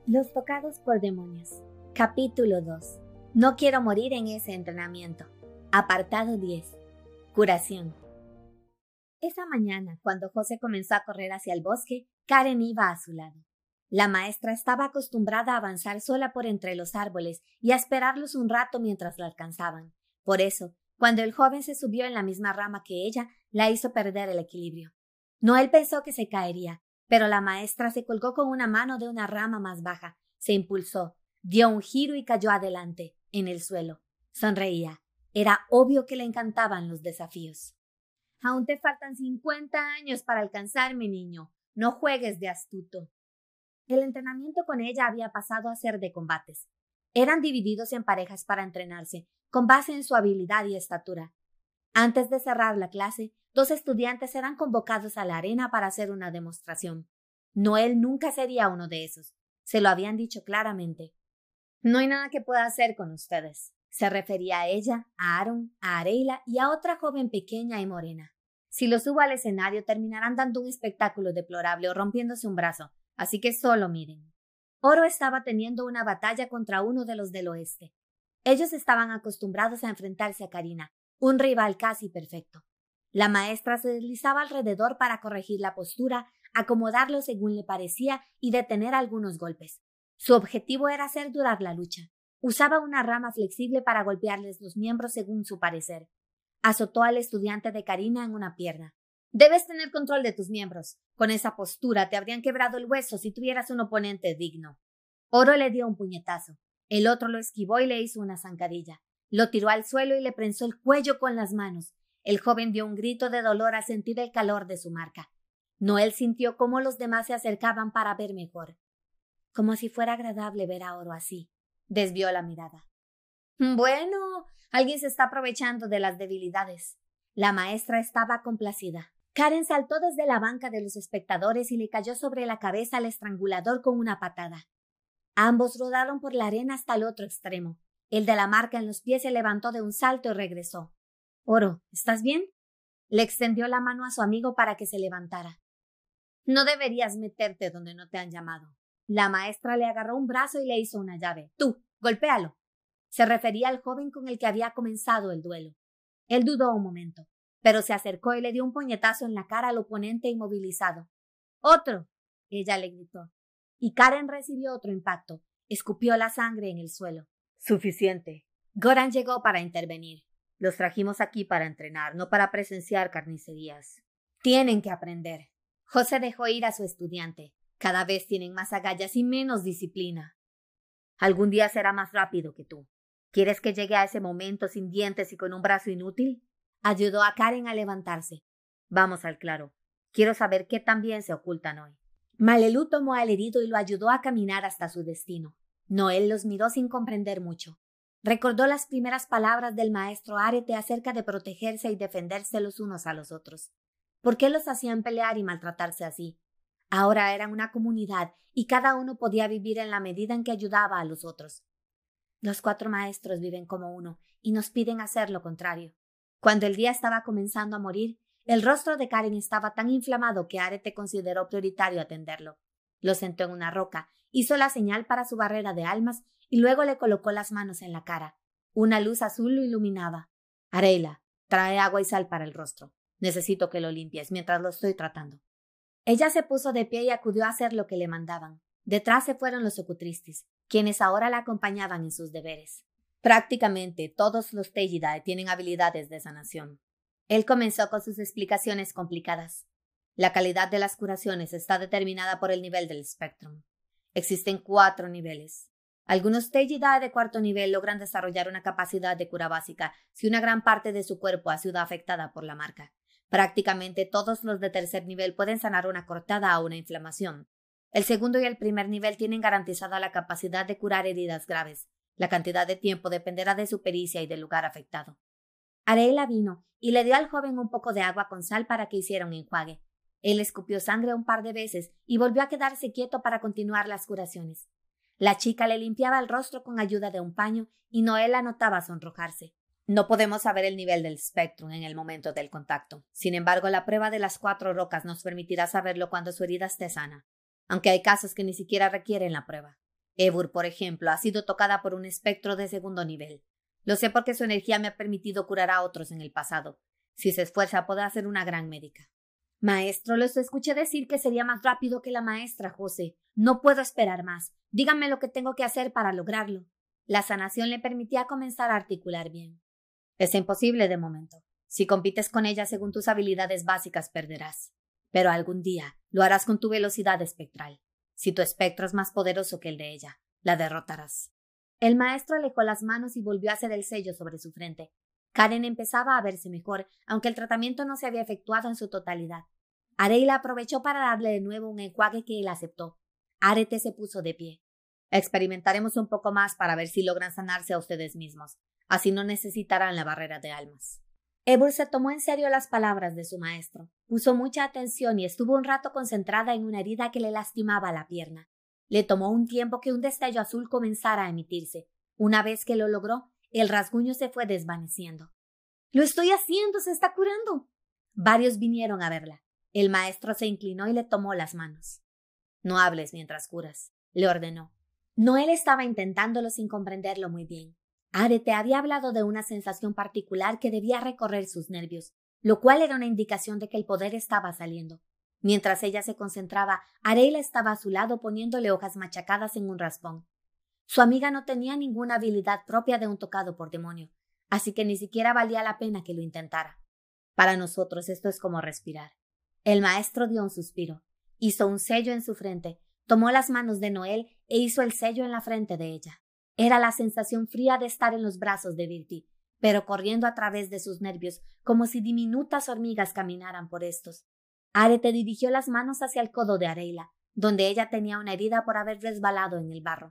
Los tocados por demonios. Capítulo 2. No quiero morir en ese entrenamiento. Apartado 10. Curación. Esa mañana, cuando José comenzó a correr hacia el bosque, Karen iba a su lado. La maestra estaba acostumbrada a avanzar sola por entre los árboles y a esperarlos un rato mientras la alcanzaban. Por eso, cuando el joven se subió en la misma rama que ella, la hizo perder el equilibrio. Noel pensó que se caería, pero la maestra se colgó con una mano de una rama más baja, se impulsó, dio un giro y cayó adelante, en el suelo. Sonreía. Era obvio que le encantaban los desafíos. Aún te faltan 50 años para alcanzarme, niño. No juegues de astuto. El entrenamiento con ella había pasado a ser de combates. Eran divididos en parejas para entrenarse, con base en su habilidad y estatura. Antes de cerrar la clase, 2 estudiantes eran convocados a la arena para hacer una demostración. Noel nunca sería uno de esos. Se lo habían dicho claramente. No hay nada que pueda hacer con ustedes. Se refería a ella, a Aaron, a Areila y a otra joven pequeña y morena. Si los subo al escenario, terminarán dando un espectáculo deplorable o rompiéndose un brazo, así que solo miren. Oro estaba teniendo una batalla contra uno de los del oeste. Ellos estaban acostumbrados a enfrentarse a Karina, un rival casi perfecto. La maestra se deslizaba alrededor para corregir la postura, acomodarlo según le parecía y detener algunos golpes. Su objetivo era hacer durar la lucha. Usaba una rama flexible para golpearles los miembros según su parecer. Azotó al estudiante de Karina en una pierna. Debes tener control de tus miembros. Con esa postura te habrían quebrado el hueso si tuvieras un oponente digno. Oro le dio un puñetazo. El otro lo esquivó y le hizo una zancadilla. Lo tiró al suelo y le prensó el cuello con las manos. El joven dio un grito de dolor al sentir el calor de su marca. Noel sintió cómo los demás se acercaban para ver mejor. Como si fuera agradable ver a Oro así. Desvió la mirada. Bueno, alguien se está aprovechando de las debilidades. La maestra estaba complacida. Karen saltó desde la banca de los espectadores y le cayó sobre la cabeza al estrangulador con una patada. Ambos rodaron por la arena hasta el otro extremo. El de la marca en los pies se levantó de un salto y regresó. Oro, ¿estás bien? Le extendió la mano a su amigo para que se levantara. No deberías meterte donde no te han llamado. La maestra le agarró un brazo y le hizo una llave. Tú, golpéalo. Se refería al joven con el que había comenzado el duelo. Él dudó un momento, pero se acercó y le dio un puñetazo en la cara al oponente inmovilizado. ¡Otro! Ella le gritó. Y Karen recibió otro impacto. Escupió la sangre en el suelo. Suficiente. Goran llegó para intervenir. Los trajimos aquí para entrenar, no para presenciar carnicerías. Tienen que aprender. José dejó ir a su estudiante. Cada vez tienen más agallas y menos disciplina. Algún día será más rápido que tú. ¿Quieres que llegue a ese momento sin dientes y con un brazo inútil? Ayudó a Karen a levantarse. Vamos al claro. Quiero saber qué tan bien se ocultan hoy. Malelú tomó al herido y lo ayudó a caminar hasta su destino. Noel los miró sin comprender mucho. Recordó las primeras palabras del maestro Arete acerca de protegerse y defenderse los unos a los otros. ¿Por qué los hacían pelear y maltratarse así? Ahora eran una comunidad y cada uno podía vivir en la medida en que ayudaba a los otros. Los 4 maestros viven como uno y nos piden hacer lo contrario. Cuando el día estaba comenzando a morir, el rostro de Karen estaba tan inflamado que Arete consideró prioritario atenderlo. Lo sentó en una roca, hizo la señal para su barrera de almas y luego le colocó las manos en la cara. Una luz azul lo iluminaba. Areila, trae agua y sal para el rostro. Necesito que lo limpies mientras lo estoy tratando. Ella se puso de pie y acudió a hacer lo que le mandaban. Detrás se fueron los Ocutristis, quienes ahora la acompañaban en sus deberes. Prácticamente todos los Tegidae tienen habilidades de sanación. Él comenzó con sus explicaciones complicadas. La calidad de las curaciones está determinada por el nivel del Spectrum. Existen 4 niveles. Algunos Tegidae de 4º nivel logran desarrollar una capacidad de cura básica si una gran parte de su cuerpo ha sido afectada por la marca. Prácticamente todos los de 3er nivel pueden sanar una cortada o una inflamación. El 2º y el 1er nivel tienen garantizada la capacidad de curar heridas graves. La cantidad de tiempo dependerá de su pericia y del lugar afectado. Areila vino y le dio al joven un poco de agua con sal para que hiciera un enjuague. Él escupió sangre un par de veces y volvió a quedarse quieto para continuar las curaciones. La chica le limpiaba el rostro con ayuda de un paño y Noel la notaba sonrojarse. No podemos saber el nivel del Spectrum en el momento del contacto. Sin embargo, la prueba de las 4 rocas nos permitirá saberlo cuando su herida esté sana, aunque hay casos que ni siquiera requieren la prueba. Eivor, por ejemplo, ha sido tocada por un espectro de segundo nivel. Lo sé porque su energía me ha permitido curar a otros en el pasado. Si se esfuerza, podrá ser una gran médica. Maestro, les escuché decir que sería más rápido que la maestra, José. No puedo esperar más. Díganme lo que tengo que hacer para lograrlo. La sanación le permitía comenzar a articular bien. Es imposible de momento. Si compites con ella según tus habilidades básicas, perderás. Pero algún día lo harás con tu velocidad espectral. Si tu espectro es más poderoso que el de ella, la derrotarás. El maestro alejó las manos y volvió a hacer el sello sobre su frente. Karen empezaba a verse mejor, aunque el tratamiento no se había efectuado en su totalidad. Areila aprovechó para darle de nuevo un enjuague que él aceptó. Arete se puso de pie. Experimentaremos un poco más para ver si logran sanarse a ustedes mismos. Así no necesitarán la barrera de almas. Eivor se tomó en serio las palabras de su maestro. Puso mucha atención y estuvo un rato concentrada en una herida que le lastimaba la pierna. Le tomó un tiempo que un destello azul comenzara a emitirse. Una vez que lo logró, el rasguño se fue desvaneciendo. —¡Lo estoy haciendo! ¡Se está curando! Varios vinieron a verla. El maestro se inclinó y le tomó las manos. —No hables mientras curas —le ordenó. Noel estaba intentándolo sin comprenderlo muy bien. Arete había hablado de una sensación particular que debía recorrer sus nervios, lo cual era una indicación de que el poder estaba saliendo. Mientras ella se concentraba, Areila estaba a su lado poniéndole hojas machacadas en un raspón. Su amiga no tenía ninguna habilidad propia de un tocado por demonio, así que ni siquiera valía la pena que lo intentara. Para nosotros esto es como respirar. El maestro dio un suspiro, hizo un sello en su frente, tomó las manos de Noel e hizo el sello en la frente de ella. Era la sensación fría de estar en los brazos de Virti, pero corriendo a través de sus nervios, como si diminutas hormigas caminaran por estos. Arete dirigió las manos hacia el codo de Areila, donde ella tenía una herida por haber resbalado en el barro.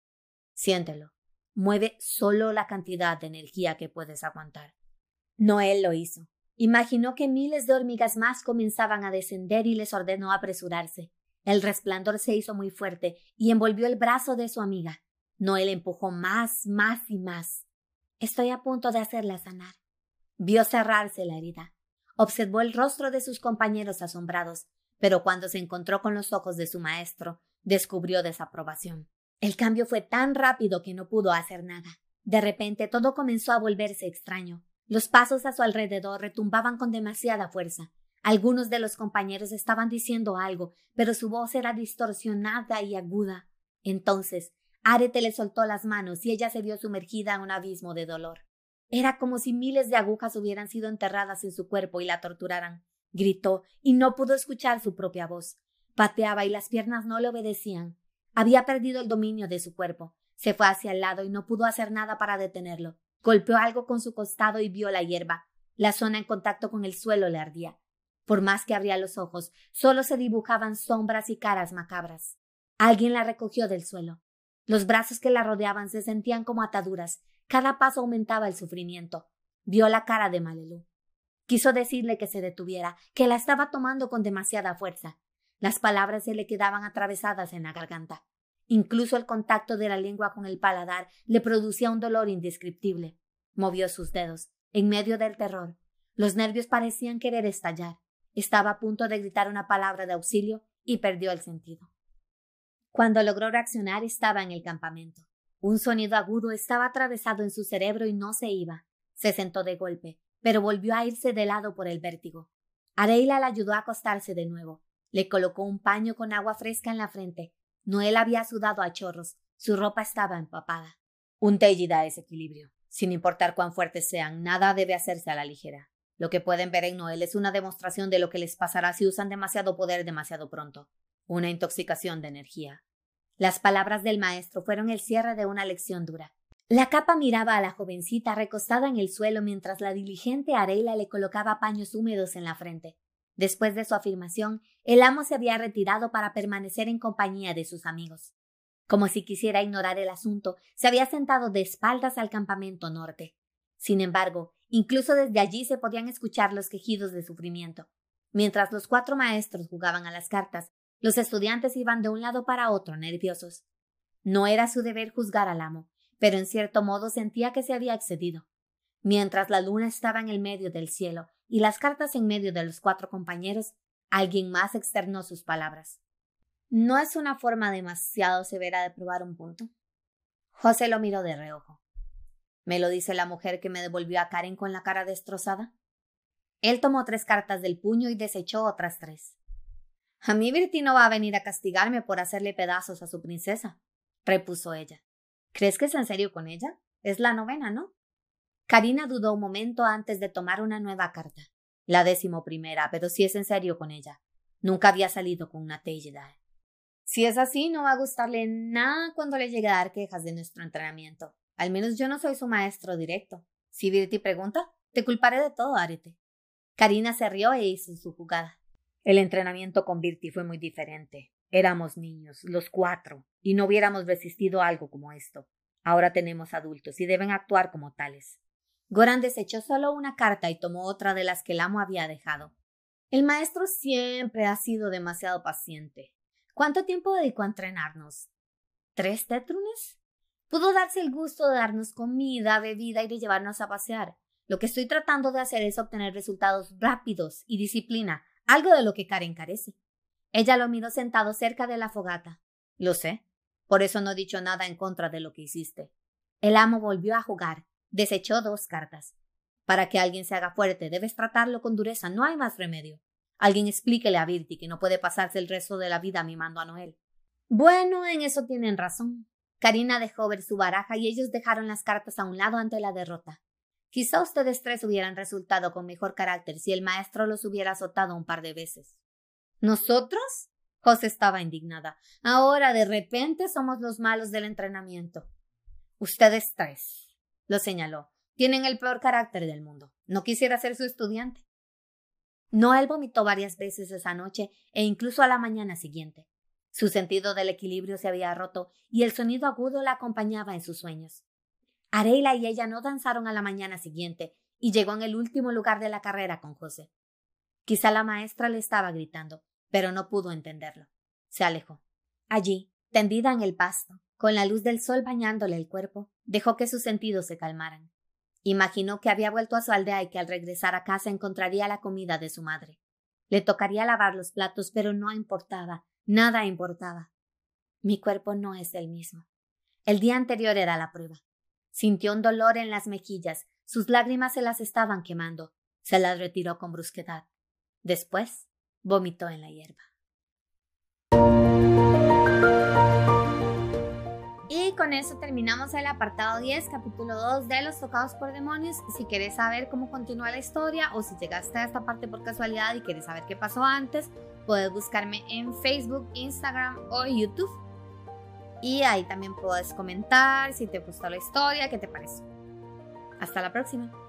Siéntelo. Mueve solo la cantidad de energía que puedes aguantar. Noel lo hizo. Imaginó que miles de hormigas más comenzaban a descender y les ordenó apresurarse. El resplandor se hizo muy fuerte y envolvió el brazo de su amiga. Noel empujó más y más. Estoy a punto de hacerla sanar. Vio cerrarse la herida. Observó el rostro de sus compañeros asombrados, pero cuando se encontró con los ojos de su maestro, descubrió desaprobación. El cambio fue tan rápido que no pudo hacer nada. De repente todo comenzó a volverse extraño. Los pasos a su alrededor retumbaban con demasiada fuerza. Algunos de los compañeros estaban diciendo algo, pero su voz era distorsionada y aguda. Entonces, Arete le soltó las manos y ella se vio sumergida en un abismo de dolor. Era como si miles de agujas hubieran sido enterradas en su cuerpo y la torturaran. Gritó y no pudo escuchar su propia voz. Pateaba y las piernas no le obedecían. Había perdido el dominio de su cuerpo. Se fue hacia el lado y no pudo hacer nada para detenerlo. Golpeó algo con su costado y vio la hierba. La zona en contacto con el suelo le ardía. Por más que abría los ojos, solo se dibujaban sombras y caras macabras. Alguien la recogió del suelo. Los brazos que la rodeaban se sentían como ataduras. Cada paso aumentaba el sufrimiento. Vio la cara de Malelú. Quiso decirle que se detuviera, que la estaba tomando con demasiada fuerza. Las palabras se le quedaban atravesadas en la garganta. Incluso el contacto de la lengua con el paladar le producía un dolor indescriptible. Movió sus dedos. En medio del terror, los nervios parecían querer estallar. Estaba a punto de gritar una palabra de auxilio y perdió el sentido. Cuando logró reaccionar estaba en el campamento. Un sonido agudo estaba atravesado en su cerebro y no se iba. Se sentó de golpe, pero volvió a irse de lado por el vértigo. Areila la ayudó a acostarse de nuevo. Le colocó un paño con agua fresca en la frente. Noel había sudado a chorros. Su ropa estaba empapada. Un Teiji da ese equilibrio. Sin importar cuán fuertes sean, nada debe hacerse a la ligera. Lo que pueden ver en Noel es una demostración de lo que les pasará si usan demasiado poder demasiado pronto. Una intoxicación de energía. Las palabras del maestro fueron el cierre de una lección dura. La capa miraba a la jovencita recostada en el suelo mientras la diligente Areila le colocaba paños húmedos en la frente. Después de su afirmación, el amo se había retirado para permanecer en compañía de sus amigos. Como si quisiera ignorar el asunto, se había sentado de espaldas al campamento norte. Sin embargo, incluso desde allí se podían escuchar los quejidos de sufrimiento. Mientras los 4 maestros jugaban a las cartas, los estudiantes iban de un lado para otro nerviosos. No era su deber juzgar al amo, pero en cierto modo sentía que se había excedido. Mientras la luna estaba en el medio del cielo y las cartas en medio de los 4 compañeros, alguien más externó sus palabras. ¿No es una forma demasiado severa de probar un punto? José lo miró de reojo. ¿Me lo dice la mujer que me devolvió a Karen con la cara destrozada? Él tomó 3 cartas del puño y desechó otras 3. A mí Bertie no va a venir a castigarme por hacerle pedazos a su princesa, repuso ella. ¿Crees que es en serio con ella? Es la 9ª, ¿no? Karina dudó un momento antes de tomar una nueva carta. La 11ª, pero sí es en serio con ella. Nunca había salido con una Tejeda. Si es así, no va a gustarle nada cuando le llegue a dar quejas de nuestro entrenamiento. Al menos yo no soy su maestro directo. Si Bertie pregunta, te culparé de todo, Arete. Karina se rió e hizo su jugada. El entrenamiento con Bertie fue muy diferente. Éramos niños, los 4, y no hubiéramos resistido algo como esto. Ahora tenemos adultos y deben actuar como tales. Goran desechó solo una carta y tomó otra de las que el amo había dejado. El maestro siempre ha sido demasiado paciente. ¿Cuánto tiempo dedicó a entrenarnos? ¿3 tetrunes? Pudo darse el gusto de darnos comida, bebida y de llevarnos a pasear. Lo que estoy tratando de hacer es obtener resultados rápidos y disciplina, algo de lo que Karen carece. Ella lo miró sentado cerca de la fogata. Lo sé. Por eso no he dicho nada en contra de lo que hiciste. El amo volvió a jugar. Desechó 2 cartas. Para que alguien se haga fuerte, debes tratarlo con dureza. No hay más remedio. Alguien explíquele a Bertie que no puede pasarse el resto de la vida mimando a Noel. Bueno, en eso tienen razón. Karina dejó ver su baraja y ellos dejaron las cartas a un lado ante la derrota. Quizá ustedes 3 hubieran resultado con mejor carácter si el maestro los hubiera azotado un par de veces. ¿Nosotros? José estaba indignada. Ahora, de repente, somos los malos del entrenamiento. Ustedes 3, lo señaló, tienen el peor carácter del mundo. No quisiera ser su estudiante. Noel vomitó varias veces esa noche e incluso a la mañana siguiente. Su sentido del equilibrio se había roto y el sonido agudo la acompañaba en sus sueños. Areila y ella no danzaron a la mañana siguiente y llegó en el último lugar de la carrera con José. Quizá la maestra le estaba gritando, pero no pudo entenderlo. Se alejó. Allí, tendida en el pasto, con la luz del sol bañándole el cuerpo, dejó que sus sentidos se calmaran. Imaginó que había vuelto a su aldea y que al regresar a casa encontraría la comida de su madre. Le tocaría lavar los platos, pero no importaba, nada importaba. Mi cuerpo no es el mismo. El día anterior era la prueba. Sintió un dolor en las mejillas, sus lágrimas se las estaban quemando. Se las retiró con brusquedad. Después, vomitó en la hierba. Y con eso terminamos el apartado 10, capítulo 2 de Los Tocados por Demonios. Si quieres saber cómo continúa la historia o si llegaste a esta parte por casualidad y quieres saber qué pasó antes, puedes buscarme en Facebook, Instagram o YouTube. Y ahí también puedes comentar si te gustó la historia, qué te pareció. Hasta la próxima.